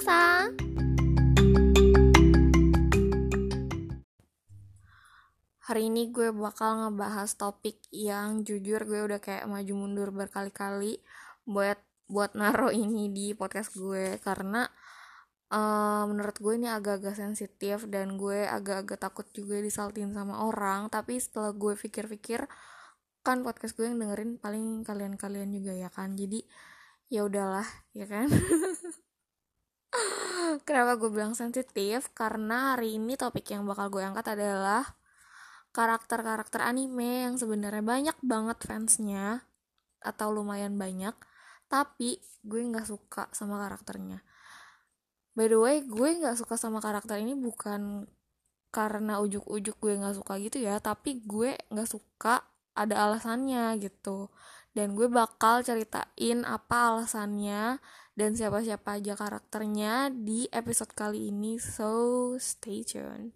annyeonghaseyo. Hari ini gue bakal ngebahas topik yang jujur gue udah kayak maju mundur berkali-kali buat naro ini di podcast gue karena menurut gue ini agak-agak sensitif dan gue agak-agak takut juga disaltin sama orang. Tapi setelah gue pikir-pikir, kan podcast gue yang dengerin paling kalian-kalian juga ya kan, jadi ya udahlah ya kan. Kenapa gue bilang sensitif? Karena hari ini topik yang bakal gue angkat adalah karakter-karakter anime yang sebenarnya banyak banget fansnya atau lumayan banyak, tapi gue nggak suka sama karakternya. By the way, gue nggak suka sama karakter ini bukan karena ujuk-ujuk gue nggak suka gitu ya, tapi gue nggak suka ada alasannya gitu. Dan gue bakal ceritain apa alasannya dan siapa-siapa aja karakternya di episode kali ini, so stay tuned.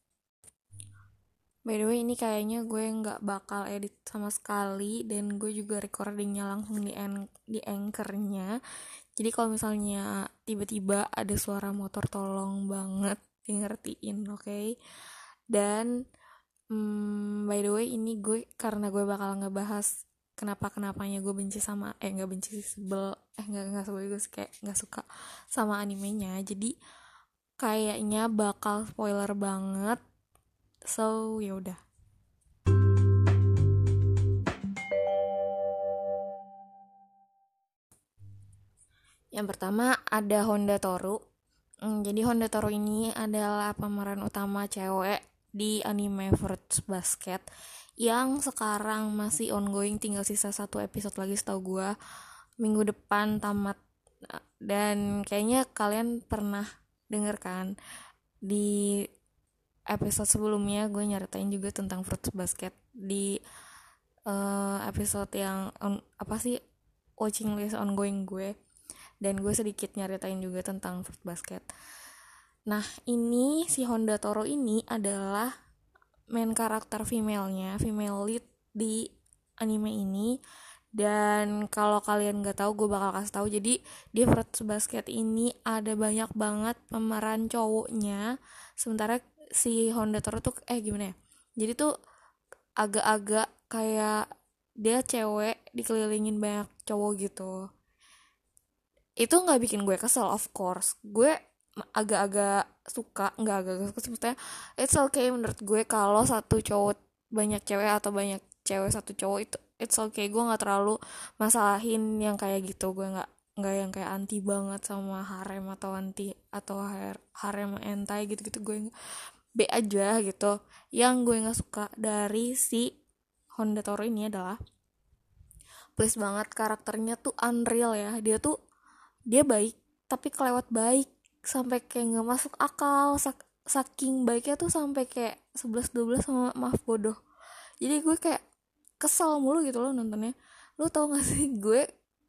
By the way, ini kayaknya gue nggak bakal edit sama sekali dan gue juga recordingnya langsung di anchornya. Jadi kalau misalnya tiba-tiba ada suara motor, tolong banget ngertiin, oke? Dan by the way, ini gue karena gue bakal ngebahas kenapanya gue benci sama nggak benci sih, nggak sebel, gue kayak nggak suka sama animenya. Jadi kayaknya bakal spoiler banget, so yaudah. Yang pertama ada Honda Toru. Jadi Honda Toru ini adalah pemeran utama cewek di anime Fruits Basket yang sekarang masih ongoing, tinggal sisa 1 episode lagi setahu gue, minggu depan tamat. Dan kayaknya kalian pernah denger kan di episode sebelumnya gue nyeritain juga tentang Fruits Basket di episode yang watching list ongoing gue, dan gue sedikit nyeritain juga tentang Fruits Basket. Nah, ini si Honda Toru ini adalah main karakter female lead di anime ini. Dan kalau kalian nggak tahu, gue bakal kasih tahu. Jadi di Fruits Basket ini ada banyak banget pemeran cowoknya, sementara si Honda Toru tuh gimana ya? Jadi tuh agak-agak kayak dia cewek dikelilingin banyak cowok gitu. Itu nggak bikin gue kesel, of course. Gue agak-agak suka, nggak agak-agak suka, sebetulnya it's okay menurut gue kalau satu cowok banyak cewek atau banyak cewek satu cowok, itu it's okay. Gue nggak terlalu masalahin yang kayak gitu. Gue nggak yang kayak anti banget sama harem atau harem entai gitu-gitu. Gue B aja gitu. Yang gue nggak suka dari si Honda Toru ini adalah, please banget, karakternya tuh unreal ya. Dia baik tapi kelewat baik sampai kayak nggak masuk akal. Saking baiknya tuh sampai kayak 11-12 sama maaf bodoh. Jadi gue kayak kesel mulu gitu loh nontonnya. Lo tau gak sih, gue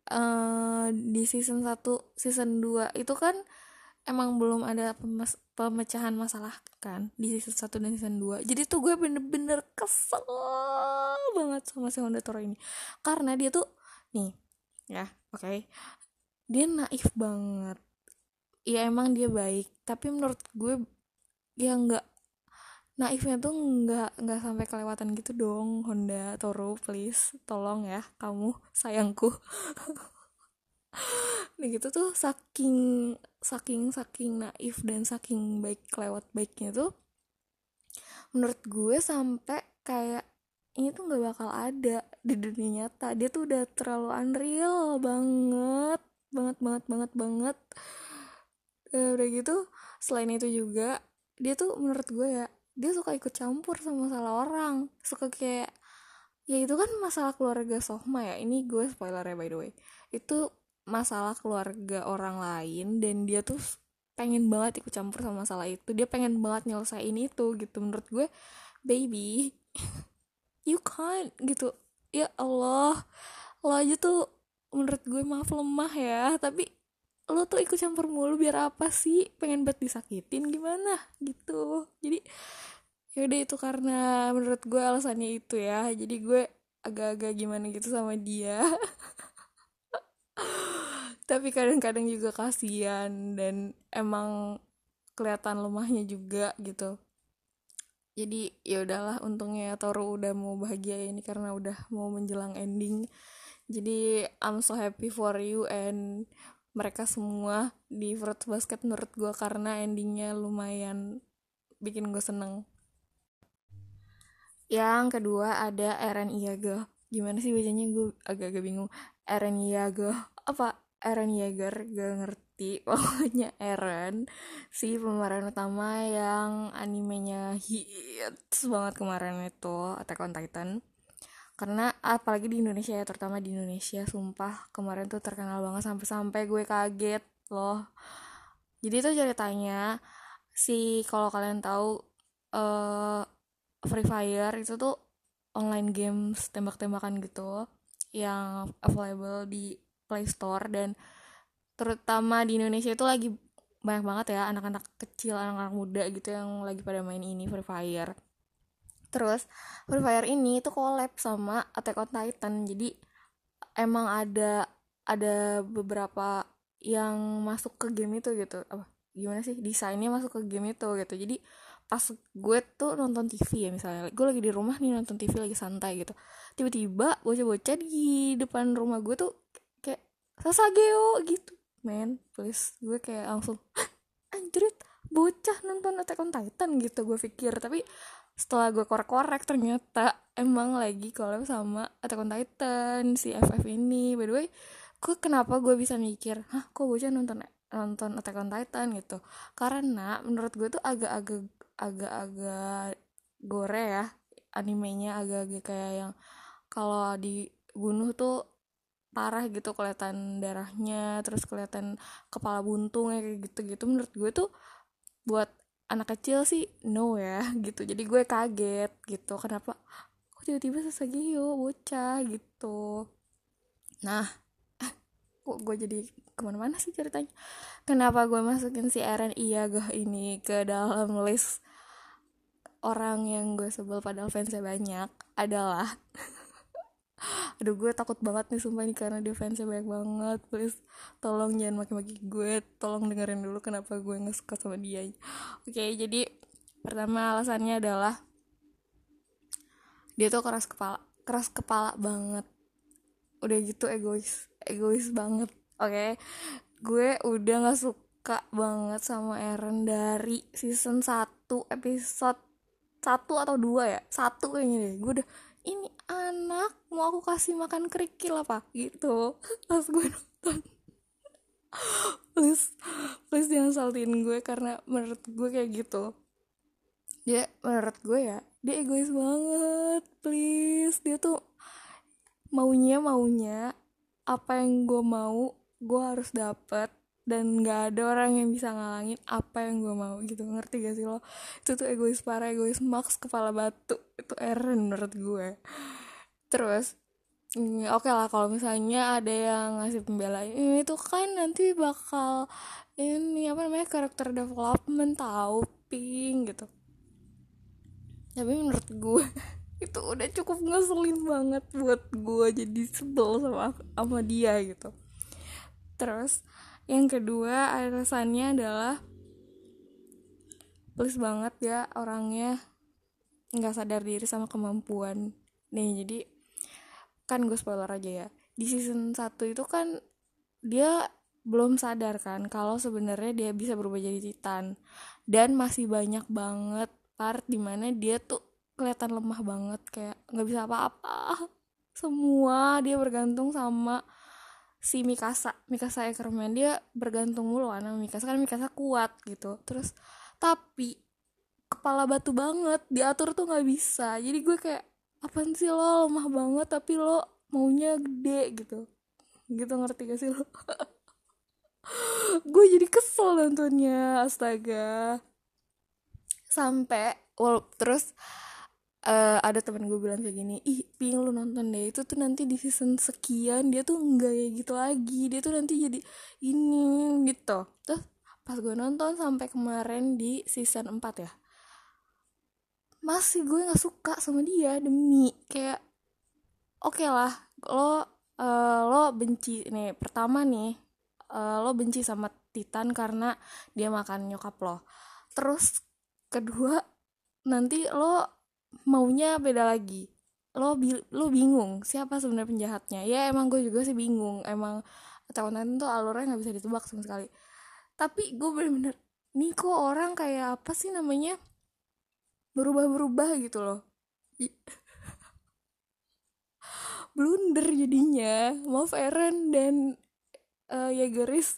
di season 1, season 2 itu kan emang belum ada pemecahan masalah kan di season 1 dan season 2. Jadi tuh gue bener-bener kesel banget sama si Honda Toru ini. Karena dia tuh nih ya, oke, dia naif banget. Ya emang dia baik, tapi menurut gue dia nggak, naifnya tuh nggak sampai kelewatan gitu dong. Honda Toru, please, tolong ya kamu sayangku. Nah gitu tuh, saking naif dan saking baik, kelewat baiknya tuh, menurut gue sampai kayak ini tuh nggak bakal ada di dunia nyata. Dia tuh udah terlalu unreal banget. Udah gitu, selain itu juga dia tuh menurut gue ya, dia suka ikut campur sama masalah orang, suka kayak, ya itu kan masalah keluarga Sohma ya, ini gue spoiler ya by the way, itu masalah keluarga orang lain dan dia tuh pengen banget ikut campur sama masalah itu. Dia pengen banget nyelesain itu gitu. Menurut gue, baby, you can't gitu. Ya Allah, lo aja tuh menurut gue maaf lemah ya, tapi lo tuh ikut campur mulu biar apa sih? Pengen banget disakitin gimana gitu. Jadi yaudah, itu karena menurut gue alasannya itu ya. Jadi gue agak-agak gimana gitu sama dia. tapi kadang-kadang juga kasihan dan emang kelihatan lemahnya juga gitu. Jadi ya udahlah, untungnya Toru udah mau bahagia ini karena udah mau menjelang ending. Jadi I'm so happy for you and mereka semua di Fruits Basket menurut gue, karena endingnya lumayan bikin gue seneng. Yang kedua ada Eren Yeager. Gimana sih bacanya, gue agak-agak bingung. Eren Yeager apa Eren Yeager, gak ngerti. Pokoknya Eren, si pemeran utama yang animenya hits banget kemarin itu, Attack on Titan. Karena apalagi di Indonesia ya, terutama di Indonesia, sumpah kemarin tuh terkenal banget sampai-sampai gue kaget loh. Jadi itu ceritanya, kalau kalian tahu, eh Free Fire itu tuh online games tembak-tembakan gitu yang available di Play Store, dan terutama di Indonesia itu lagi banyak banget ya anak-anak kecil, anak-anak muda gitu yang lagi pada main ini Free Fire. Terus Free Fire ini tuh collab sama Attack on Titan. Jadi emang ada beberapa yang masuk ke game itu gitu. Apa gimana sih, desainnya masuk ke game itu gitu. Jadi pas gue tuh nonton TV ya, misalnya gue lagi di rumah nih nonton TV lagi santai gitu, tiba-tiba bocah-bocah di depan rumah gue tuh kayak Sasageo gitu, man, please. Gue kayak langsung anjrit, bocah nonton Attack on Titan gitu gue pikir. Tapi setelah gue korek-korek ternyata emang lagi collab sama Attack on Titan si FF ini. By the way, kenapa gue bisa mikir kok bocah nonton nonton Attack on Titan gitu, karena menurut gue tuh agak-agak gore ya animenya, agak-agak kayak yang kalau dibunuh tuh parah gitu, kelihatan darahnya, terus kelihatan kepala buntungnya kayak gitu-gitu. Menurut gue tuh buat anak kecil sih no ya gitu. Jadi gue kaget gitu, kenapa kok tiba-tiba Sasageo bocah gitu. Nah, kok gue jadi kemana-mana sih ceritanya. Kenapa gue masukin si Eren Iyagah ini ke dalam list orang yang gue sebel padahal fansnya banyak adalah aduh, gue takut banget nih sumpah ini karena dia fansnya banyak banget. Please tolong jangan maki-maki gue, tolong dengerin dulu kenapa gue gak suka sama dia. Oke, jadi pertama alasannya adalah dia tuh keras kepala banget. Udah gitu egois banget. Oke, gue udah gak suka banget sama Eren dari season 1 episode 1 atau 2 ya, 1 kayaknya deh. Gue udah, ini anak mau aku kasih makan kerikil apa gitu pas gue nonton. please please jangan saltin gue, karena menurut gue kayak gitu. Dia menurut gue ya, dia egois banget. Please, dia tuh maunya apa yang gue mau gue harus dapet, dan nggak ada orang yang bisa ngalangin apa yang gue mau gitu. Ngerti gak sih lo? Itu tuh egois parah, egois max, kepala batu. Itu Eren menurut gue. Terus oke lah kalau misalnya ada yang ngasih pembelaan, ini tuh kan nanti bakal ini apa namanya, karakter development tahu ping gitu. Tapi menurut gue itu udah cukup ngeselin banget buat gue jadi sebel sama dia gitu. Terus yang kedua alasannya adalah please banget ya, orangnya nggak sadar diri sama kemampuan. Nih jadi kan gue spoiler aja ya, di season 1 itu kan dia belum sadar kan kalau sebenarnya dia bisa berubah jadi Titan, dan masih banyak banget part dimana dia tuh kelihatan lemah banget, kayak nggak bisa apa-apa, semua dia bergantung sama si Mikasa Ackerman. Dia bergantung mulu sama Mikasa, kan Mikasa kuat gitu. Terus tapi kepala batu banget, diatur tuh nggak bisa. Jadi gue kayak, apaan sih lo, lemah banget tapi lo maunya gede gitu, ngerti gak sih lo? Gue jadi kesel nontonnya, astaga. Sampai terus ada temen gue bilang kayak gini, ih Ping lu nonton deh, itu tuh nanti di season sekian dia tuh enggak kayak gitu lagi, dia tuh nanti jadi ini gitu. Terus pas gue nonton sampai kemarin di season 4 ya, masih gue nggak suka sama dia. Demi kayak oke lah, lo benci nih pertama nih, lo benci sama Titan karena dia makan nyokap lo. Terus kedua, nanti lo maunya beda lagi. Lo bingung siapa sebenarnya penjahatnya. Ya emang gue juga sih bingung. Emang Attack on Titan tuh alurnya nggak bisa ditebak sama sekali. Tapi gue bener-bener, nih kok orang kayak apa sih namanya, berubah-berubah gitu loh. Blunder jadinya. Maaf Eren dan Jaegerist.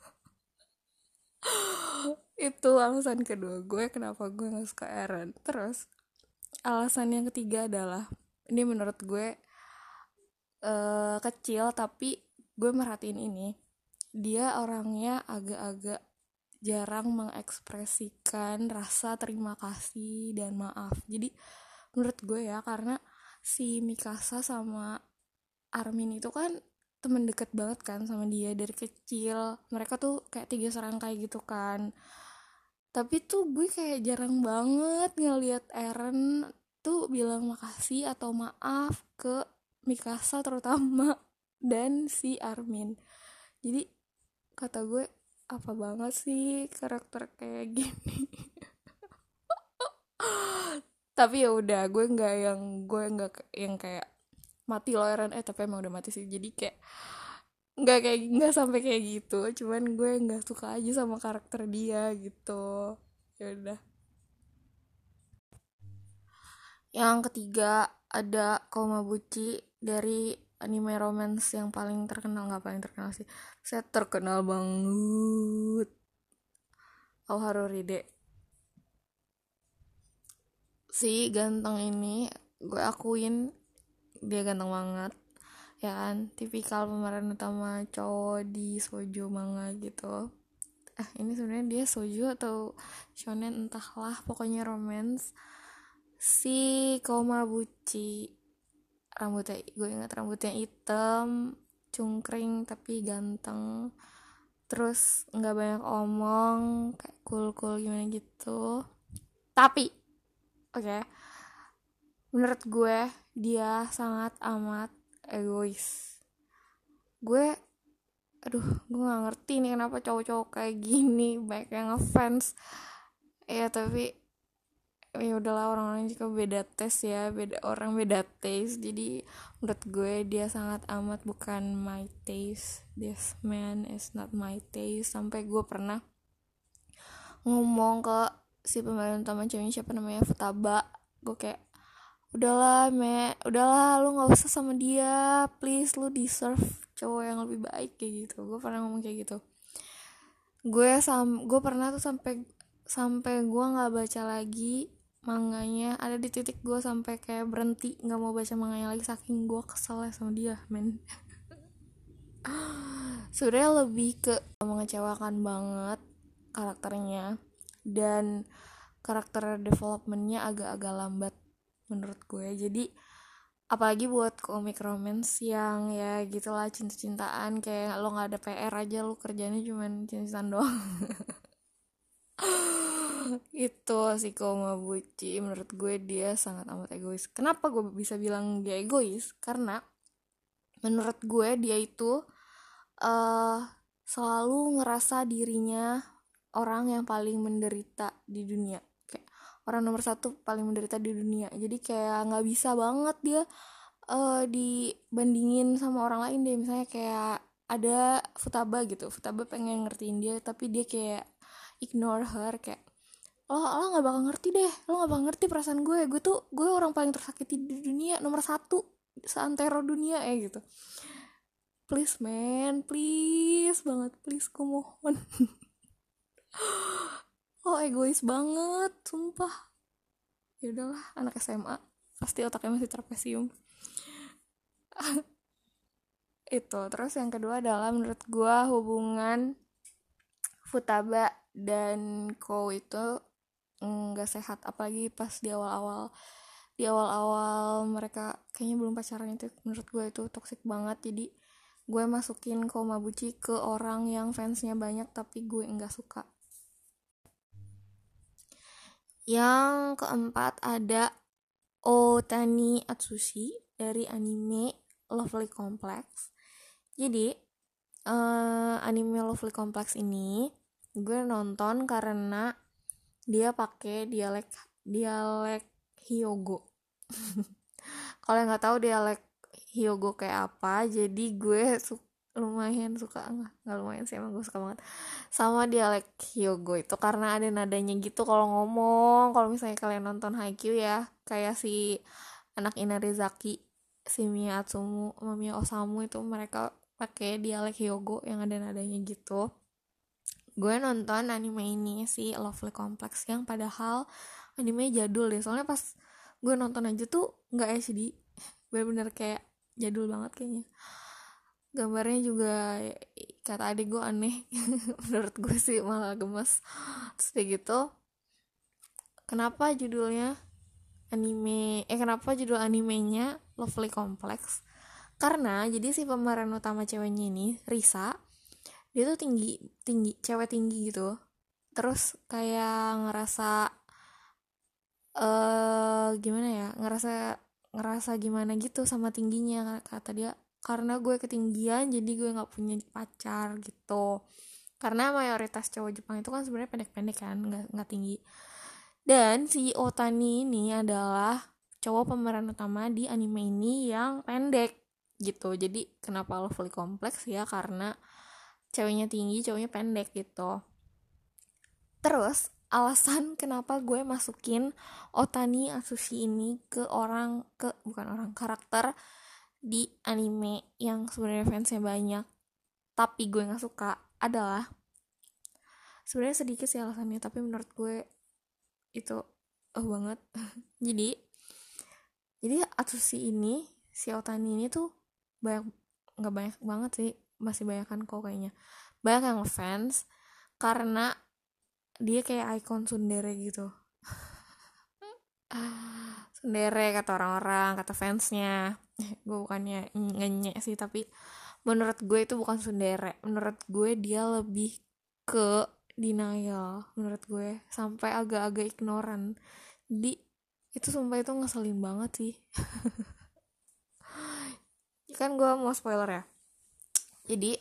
Itu alasan kedua gue kenapa gue gak suka Eren. Terus alasan yang ketiga adalah, ini menurut gue kecil tapi gue merhatiin ini, dia orangnya agak-agak jarang mengekspresikan rasa terima kasih dan maaf. Jadi menurut gue ya, karena si Mikasa sama Armin itu kan temen deket banget kan sama dia dari kecil. Mereka tuh kayak 3 serangkai gitu kan. Tapi tuh gue kayak jarang banget ngelihat Eren tuh bilang makasih atau maaf ke Mikasa terutama dan si Armin. Jadi kata gue, apa banget sih karakter kayak gini. Tapi ya udah, gue nggak yang kayak mati loh Eren, tapi emang udah mati sih. Jadi kayak nggak sampai kayak gitu, cuman gue nggak suka aja sama karakter dia gitu. Ya udah. Yang ketiga ada Komabuchi, dari anime romance yang paling terkenal, nggak paling terkenal sih, saya terkenal banget, Aoharu Ride. Si ganteng ini, gue akuin dia ganteng banget ya kan, tipikal pemeran utama cowok di shoujo manga gitu. Ini sebenarnya dia shoujo atau shonen entahlah, pokoknya romance. Si Komabuchi, rambutnya, gue ingat rambutnya hitam cungkring tapi ganteng, terus nggak banyak omong, kayak cool gimana gitu. Tapi oke, menurut gue dia sangat amat egois. Gue gue nggak ngerti nih kenapa cowok-cowok kayak gini banyak yang ngefans ya. Tapi ya udahlah, orang-orang juga beda taste ya, beda orang beda taste. Jadi menurut gue dia sangat amat bukan my taste. This man is not my taste. Sampai gue pernah ngomong ke si pemain utama ceweknya, siapa namanya, Futaba. Gue kayak, udahlah lu nggak usah sama dia, please, lu deserve cowok yang lebih baik, kayak gitu. Gue pernah ngomong kayak gitu. Gue pernah tuh sampai gue nggak baca lagi manganya. Ada di titik gue sampai kayak berhenti nggak mau baca manganya lagi, saking gue kesel sama dia, men. Sebenarnya lebih ke mengecewakan banget karakternya, dan karakter developmentnya agak-agak lambat menurut gue. Jadi apalagi buat komik romance yang ya gitulah, cinta-cintaan, kayak lo nggak ada PR aja, lo kerjanya cuman cinta-cintaan doang. Itu si Komabuchi, menurut gue dia sangat amat egois. Kenapa gue bisa bilang dia egois? Karena menurut gue dia itu selalu ngerasa dirinya orang yang paling menderita di dunia, kayak orang nomor satu paling menderita di dunia. Jadi kayak nggak bisa banget dia dibandingin sama orang lain deh. Misalnya kayak ada Futaba gitu, Futaba pengen ngertiin dia tapi dia kayak ignore her, kayak lo nggak bakal ngerti deh, lo nggak bakal ngerti perasaan gue orang paling tersakiti di dunia, nomor satu seantero dunia gitu. Please man, please banget, please, gue mohon. Lo egois banget, sumpah. Ya udahlah, anak SMA pasti otaknya masih trapesium. Itu. Terus yang kedua adalah menurut gue hubungan Futaba dan Kou itu nggak sehat, apalagi pas di awal-awal mereka kayaknya belum pacaran. Itu menurut gue itu toxic banget. Jadi gue masukin Komabuchi ke orang yang fansnya banyak tapi gue nggak suka. Yang keempat ada Otani Atsushi dari anime Lovely Complex. Jadi anime Lovely Complex ini gue nonton karena dia pakai dialek Hyogo. Kalau yang nggak tahu dialek Hyogo kayak apa, jadi gue lumayan suka, nggak lumayan sih, emang gue suka banget sama dialek Hyogo itu karena ada nadanya gitu kalau ngomong. Kalau misalnya kalian nonton Haikyuu ya, kayak si anak Inarizaki, si Mia Atsumu sama Mia Osamu itu mereka pakai dialek Hyogo yang ada nadanya gitu. Gue nonton anime ini si Lovely Complex yang padahal anime jadul deh, soalnya pas gue nonton aja tuh nggak HD, bener-bener kayak jadul banget kayaknya. Gambarnya juga kata adik gue aneh menurut gue sih malah gemes. Terus kayak gitu, kenapa judul animenya Lovely Complex? Karena jadi si pemeran utama ceweknya ini Risa, dia tuh tinggi cewek tinggi gitu, terus kayak ngerasa gimana ya, ngerasa gimana gitu sama tingginya, kata dia, karena gue ketinggian jadi gue nggak punya pacar gitu. Karena mayoritas cowok Jepang itu kan sebenarnya pendek-pendek kan, nggak tinggi. Dan si Otani ini adalah cowok pemeran utama di anime ini yang pendek gitu. Jadi kenapa Lovely Complex ya, karena ceweknya tinggi, cowoknya pendek gitu. Terus alasan kenapa gue masukin Otani Atsushi ini bukan karakter di anime yang sebenarnya fansnya banyak tapi gue nggak suka adalah, sebenarnya sedikit sih alasannya tapi menurut gue itu banget. jadi Atsushi ini, si Otani ini tuh nggak banyak banget sih, masih banyak kan kok kayaknya, banyak yang fans karena dia kayak ikon tsundere gitu. Tsundere kata orang-orang, kata fansnya. Gue bukannya ngenyek sih, tapi menurut gue itu bukan tsundere. Menurut gue dia lebih ke denial, menurut gue, sampai agak-agak ignoran. Jadi itu sumpah itu ngeselin banget sih. Kan gue mau spoiler ya. Jadi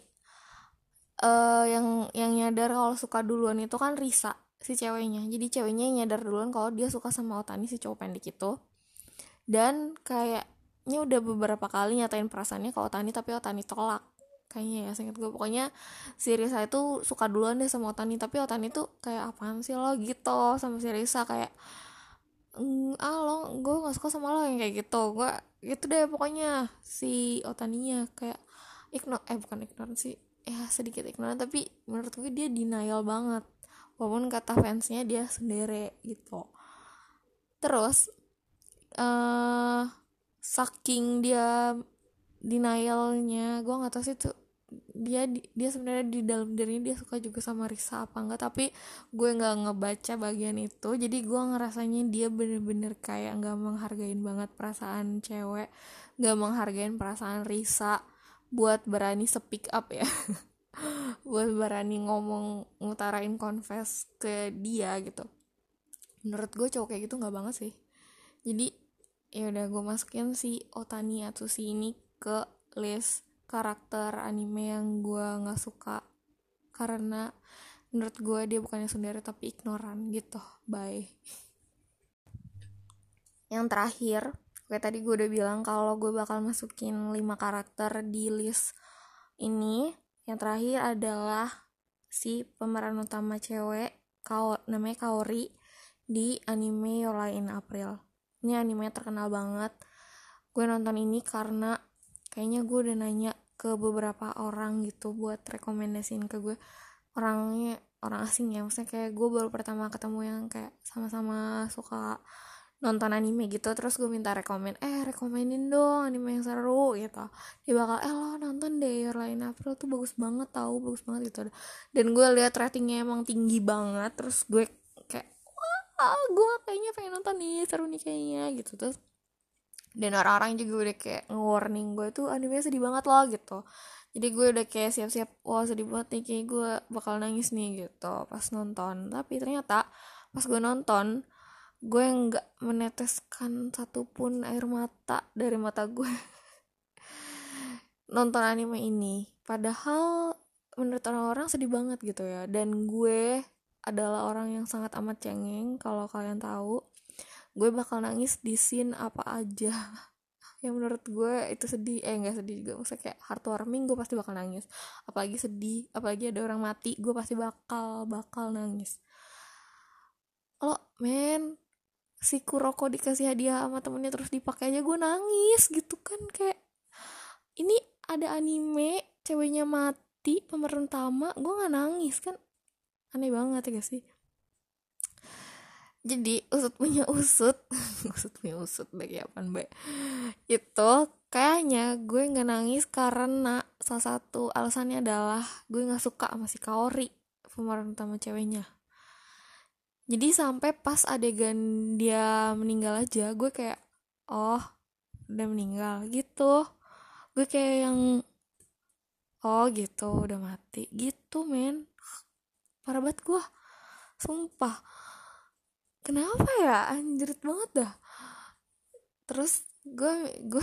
yang nyadar kalau suka duluan itu kan Risa, si ceweknya. Jadi ceweknya yang nyadar duluan kalau dia suka sama Otani, si cowok pendek itu. Dan kayaknya udah beberapa kali nyatain perasaannya ke Otani, tapi Otani tolak. Kayaknya ya, seinget gue. Pokoknya si Risa itu suka duluan deh sama Otani, tapi Otani tuh kayak apaan sih lo gitu sama si Risa, kayak lo gue gak suka sama lo yang kayak gitu. Gue gitu deh pokoknya. Si Otaninya kayak bukan ignorant sih, ya sedikit ignorant, tapi menurut gue dia denial banget walaupun kata fansnya dia sendiri gitu. Terus saking dia denialnya, gue nggak tahu sih tuh dia sebenarnya di dalam dirinya dia suka juga sama Risa apa enggak, tapi gue nggak ngebaca bagian itu. Jadi gue ngerasanya dia bener-bener kayak nggak menghargain banget perasaan cewek, nggak menghargain perasaan Risa buat berani speak up ya. Buat berani ngomong, ngutarain confess ke dia gitu. Menurut gue cowok kayak gitu nggak banget sih. Jadi ya udah gue masukin si Otani Atsushi ini ke list karakter anime yang gue nggak suka karena menurut gue dia bukannya tsundere tapi ignoran gitu. Bye. Yang terakhir, kayak tadi gue udah bilang kalau gue bakal masukin 5 karakter di list ini. Yang terakhir adalah si pemeran utama cewek namanya Kaori di anime Your Lie in April. Ini anime terkenal banget. Gue nonton ini karena kayaknya gue udah nanya ke beberapa orang gitu buat rekomendasiin ke gue. Orangnya orang asing ya, maksudnya kayak gue baru pertama ketemu yang kayak sama-sama suka nonton anime gitu. Terus gue minta rekomenin dong anime yang seru gitu. Dia bakal lo nonton deh Your Lie in April tuh bagus banget gitu. Dan gue lihat ratingnya emang tinggi banget. Terus gue kayak gue kayaknya pengen nonton nih, seru nih kayaknya gitu. Terus dan orang-orang juga udah kayak nge-warning gue tuh animenya sedih banget loh gitu. Jadi gue udah kayak siap-siap, wah sedih banget nih, kayak gue bakal nangis nih gitu pas nonton. Tapi ternyata pas gue nonton, gue nggak meneteskan satupun air mata dari mata gue nonton anime ini. Padahal menurut orang-orang sedih banget gitu ya, dan gue adalah orang yang sangat amat cengeng. Kalau kalian tahu, gue bakal nangis di scene apa aja yang menurut gue itu sedih, nggak sedih juga, maksudnya kayak heartwarming, gue pasti bakal nangis. Apalagi sedih, apalagi ada orang mati, gue pasti bakal nangis. Lo men, si Kuroko dikasih hadiah sama temennya terus dipakai aja gue nangis gitu kan. Kayak ini ada anime ceweknya mati pemeran utama, gue nggak nangis kan, aneh banget ya gak sih. Jadi usut punya usut usut punya usut bagi apaan be, itu kayaknya gue nggak nangis karena salah satu alasannya adalah gue nggak suka sama si Kaori, pemeran utama ceweknya. Jadi sampai pas adegan dia meninggal aja gue kayak, oh udah meninggal gitu. Gue kayak yang, oh gitu udah mati gitu men. Parah banget gue, sumpah. Kenapa ya, anjrit banget dah. Terus gue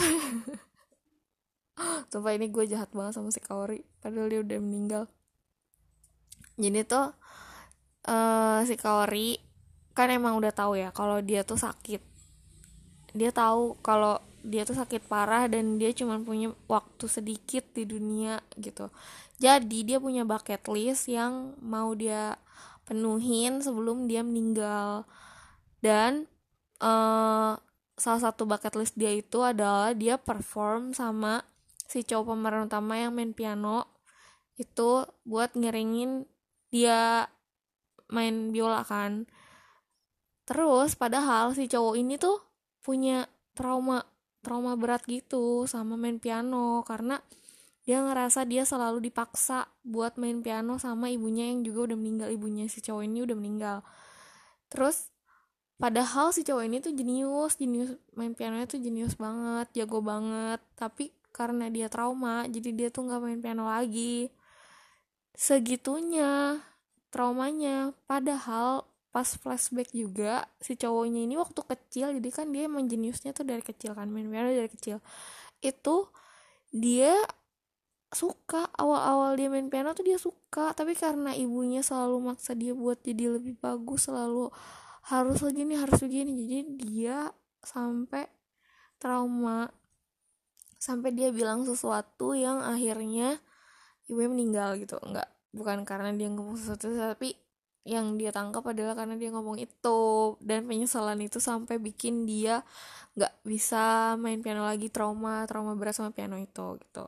sumpah ini gue jahat banget sama si Kaori padahal dia udah meninggal. Jadi tuh si Kaori kan emang udah tahu ya kalau dia tuh sakit. Dia tahu kalau dia tuh sakit parah dan dia cuma punya waktu sedikit di dunia gitu. Jadi dia punya bucket list yang mau dia penuhin sebelum dia meninggal. Dan salah satu bucket list dia itu adalah dia perform sama si cowok pemeran utama yang main piano itu buat ngiringin dia main biola kan. Terus padahal si cowok ini tuh punya trauma berat gitu sama main piano, karena dia ngerasa dia selalu dipaksa buat main piano sama ibunya yang juga udah meninggal. Ibunya si cowok ini udah meninggal. Terus padahal si cowok ini tuh jenius main pianonya tuh jenius banget, jago banget, tapi karena dia trauma jadi dia tuh nggak main piano lagi. Segitunya traumanya. Padahal pas flashback juga si cowoknya ini waktu kecil, jadi kan dia emang jeniusnya tuh dari kecil kan, main piano dari kecil. Itu dia suka, awal-awal dia main piano tuh dia suka, tapi karena ibunya selalu maksa dia buat jadi lebih bagus, selalu harus begini, jadi dia sampai trauma, sampai dia bilang sesuatu yang akhirnya ibunya meninggal gitu. Enggak, bukan karena dia ngomong sesuatu, tapi yang dia tangkap adalah karena dia ngomong itu, dan penyesalan itu sampai bikin dia nggak bisa main piano lagi, trauma berat sama piano itu gitu.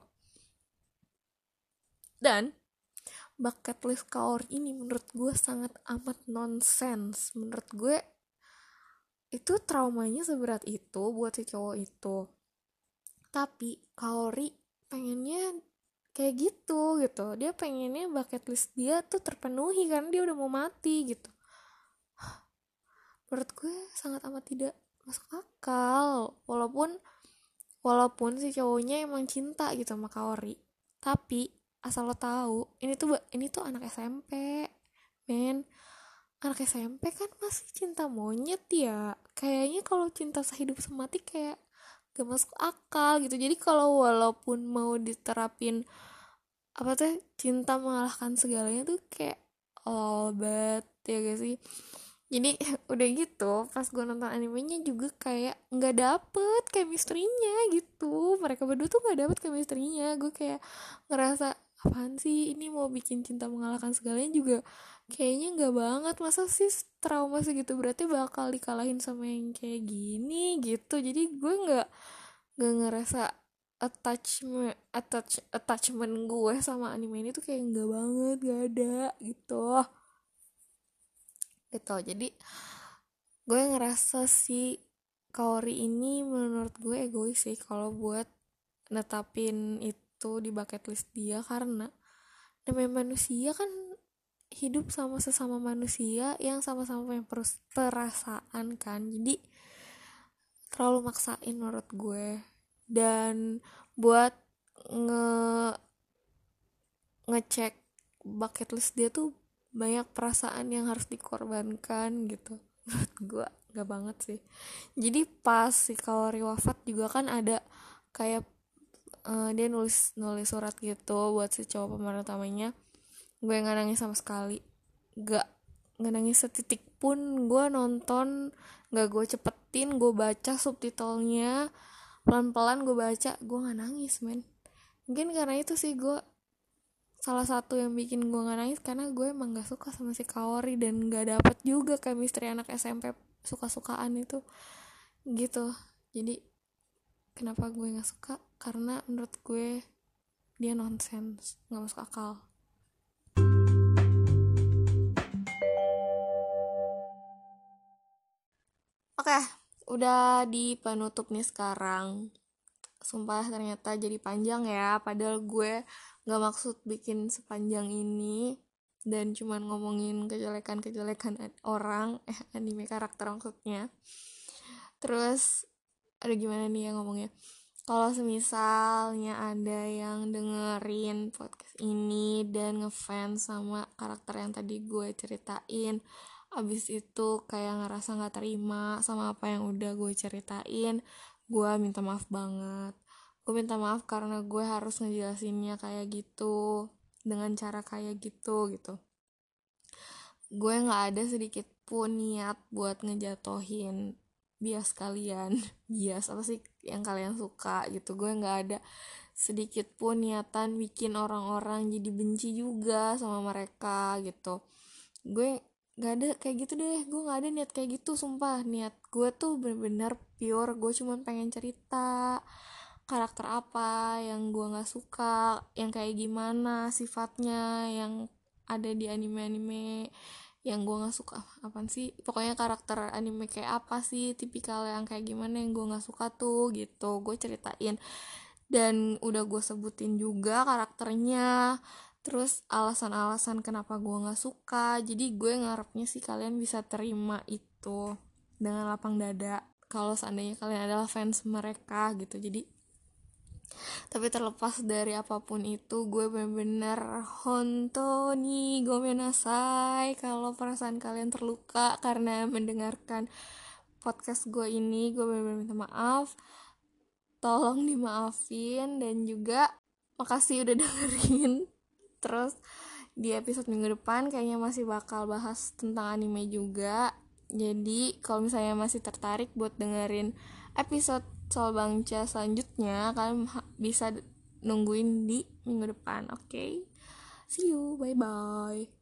Dan bucket list Kaori ini menurut gue sangat amat nonsens. Menurut gue itu traumanya seberat itu buat si cowok itu, tapi Kaori pengennya kayak gitu. Dia pengennya bucket list dia tuh terpenuhi karena dia udah mau mati gitu. Menurut gue sangat amat tidak masuk akal. Walaupun si cowoknya emang cinta gitu sama Kaori, tapi asal lo tahu ini tuh anak SMP men. Anak SMP kan masih cinta monyet ya, kayaknya kalau cinta sehidup semati kayak gak masuk akal gitu. Jadi kalau walaupun mau diterapin apa tuh cinta mengalahkan segalanya tuh kayak lol banget ya gak sih. Jadi udah gitu pas gue nonton animenya juga kayak nggak dapet chemistry-nya gitu. Mereka berdua tuh nggak dapet chemistry-nya. Gue kayak ngerasa apaan sih ini, mau bikin cinta mengalahkan segalanya juga kayaknya nggak banget. Masa sih trauma segitu berarti bakal dikalahin sama yang kayak gini gitu. Jadi gue nggak ngerasa attachment gue sama anime ini tuh kayak nggak banget, nggak ada gitu. Jadi gue ngerasa si Kaori ini menurut gue egois sih kalau buat netapin itu di bucket list dia, karena namanya manusia kan hidup sama sesama manusia yang sama-sama punya perasaan kan. Jadi terlalu maksain menurut gue. Dan buat ngecek bucket list dia tuh banyak perasaan yang harus dikorbankan gitu. Menurut gue gak banget sih. Jadi pas si Kaori wafat juga kan ada kayak dia nulis surat gitu buat si cowok pemeran utamanya, gue nggak nangis sama sekali, nggak nangis setitik pun. Gue nonton, nggak gue cepetin, gue baca subtitlenya pelan-pelan, gue baca, gue nggak nangis men. Mungkin karena itu sih gue, salah satu yang bikin gue nggak nangis, karena gue emang nggak suka sama si Kaori dan nggak dapet juga chemistry anak SMP suka-sukaan itu gitu. Jadi kenapa gue nggak suka, karena menurut gue dia nonsens, nggak masuk akal. Oke, udah di penutup nih sekarang. Sumpah ternyata jadi panjang ya, padahal gue gak maksud bikin sepanjang ini dan cuman ngomongin kejelekan-kejelekan orang, anime karakter maksudnya. Terus ada gimana nih ya ngomongnya, kalau semisalnya ada yang dengerin podcast ini dan ngefans sama karakter yang tadi gue ceritain, abis itu kayak ngerasa gak terima sama apa yang udah gue ceritain, gue minta maaf banget. Gue minta maaf karena gue harus ngejelasinnya kayak gitu, dengan cara kayak gitu. Gue gak ada sedikit pun niat buat ngejatohin bias kalian. Bias apa sih yang kalian suka gitu. Gue gak ada sedikit pun niatan bikin orang-orang jadi benci juga sama mereka gitu. Gue gak ada kayak gitu deh, gue gak ada niat kayak gitu, sumpah. Niat gue tuh bener-bener pure, gue cuma pengen cerita karakter apa yang gue gak suka, yang kayak gimana sifatnya, yang ada di anime-anime yang gue gak suka. Apaan sih, pokoknya karakter anime kayak apa sih, tipikal yang kayak gimana yang gue gak suka tuh gitu, gue ceritain. Dan udah gue sebutin juga karakternya, terus alasan-alasan kenapa gue gak suka. Jadi gue ngarepnya sih kalian bisa terima itu dengan lapang dada, kalau seandainya kalian adalah fans mereka gitu. Jadi tapi terlepas dari apapun itu, gue bener-bener hontoni gomenasai kalau perasaan kalian terluka karena mendengarkan podcast gue ini. Gue bener-bener minta maaf, tolong dimaafin. Dan juga makasih udah dengerin. Terus di episode minggu depan kayaknya masih bakal bahas tentang anime juga. Jadi kalau misalnya masih tertarik buat dengerin episode soal Bangca selanjutnya, kalian bisa nungguin di minggu depan. Oke, see you, bye bye.